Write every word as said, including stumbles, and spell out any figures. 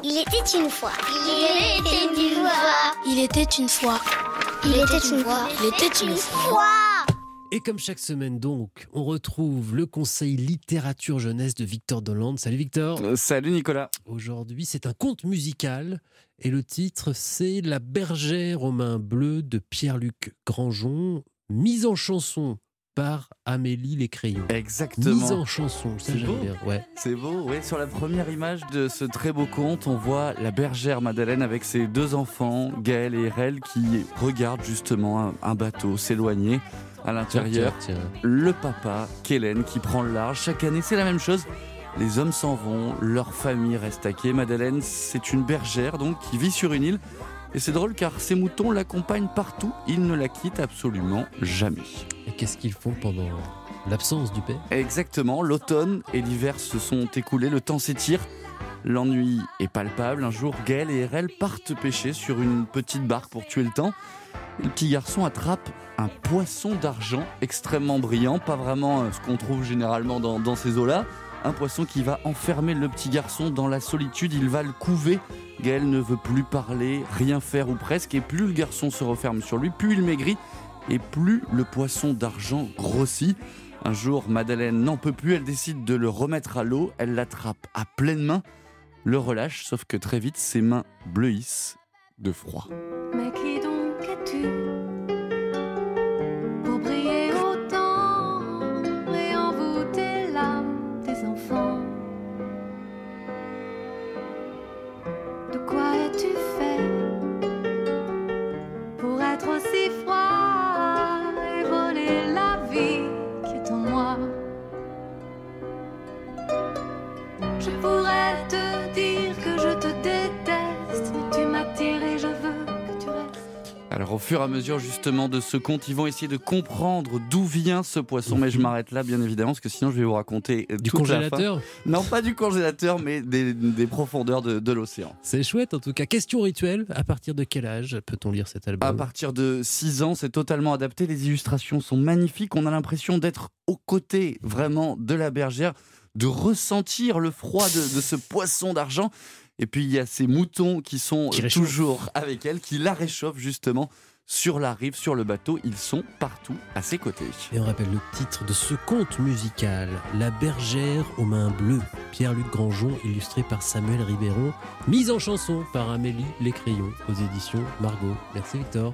Il était une fois. Il était une fois. Il était une fois. Il était une fois. Il était une fois. Et comme chaque semaine donc, on retrouve le conseil littérature jeunesse de Victor Dolande. Salut Victor. Euh, salut Nicolas. Aujourd'hui, c'est un conte musical et le titre, c'est La bergère aux mains bleues de Pierre-Luc Grangeon, mise en chanson par Amélie Lécrayon. Exactement. Mise en chanson, ça C'est j'aime beau. bien. Ouais. C'est beau, oui. Sur la première image de ce très beau conte, on voit la bergère Madeleine avec ses deux enfants, Gaël et Erel, qui regardent justement un, un bateau s'éloigner. À l'intérieur, Tiens, tiens, tiens. le papa, Kellen, qui prend le large. Chaque année, c'est la même chose. Les hommes s'en vont, leur famille reste à quai. Madeleine, c'est une bergère donc qui vit sur une île. Et c'est drôle car ses moutons l'accompagnent partout. Ils ne la quittent absolument jamais. Et qu'est-ce qu'ils font pendant l'absence du père ? Exactement, l'automne et l'hiver se sont écoulés, le temps s'étire. L'ennui est palpable. Un jour, Gaël et Erel partent pêcher sur une petite barque pour tuer le temps. Le petit garçon attrape un poisson d'argent extrêmement brillant, pas vraiment ce qu'on trouve généralement dans, dans ces eaux-là. Un poisson qui va enfermer le petit garçon dans la solitude, il va le couver. Gaël ne veut plus parler, rien faire ou presque, et plus le garçon se referme sur lui, plus il maigrit, et plus le poisson d'argent grossit. Un jour, Madeleine n'en peut plus, elle décide de le remettre à l'eau, elle l'attrape à pleine main, le relâche, sauf que très vite, ses mains bleuissent de froid. Mais qui donc es-tu pour briller autant et envoûter l'âme des enfants? De quoi es-tu fait pour être aussi froid et voler la vie qui est en moi? Je pourrais te dire que je te déteste, mais tu m'attires et je veux que tu restes. Alors au fur et à mesure justement de ce conte, ils vont essayer de comprendre d'où vient ce poisson. Mais je m'arrête là bien évidemment parce que sinon je vais vous raconter euh, Du toute la fin. congélateur ? Non, pas du congélateur, mais des, des profondeurs de, de l'océan. C'est chouette en tout cas. Question rituelle, à partir de quel âge peut-on lire cet album ? À partir de six ans, c'est totalement adapté. Les illustrations sont magnifiques. On a l'impression d'être aux côtés vraiment de la bergère, de ressentir le froid de, de ce poisson d'argent. Et puis il y a ces moutons qui sont Qui réchauffent. toujours avec elle, qui la réchauffent justement sur la rive, sur le bateau. Ils sont partout à ses côtés. Et on rappelle le titre de ce conte musical, La bergère aux mains bleues, Pierre-Luc Grangeon, illustré par Samuel Ribéron, mise en chanson par Amélie Lécrayon, aux éditions Margot. Merci Victor.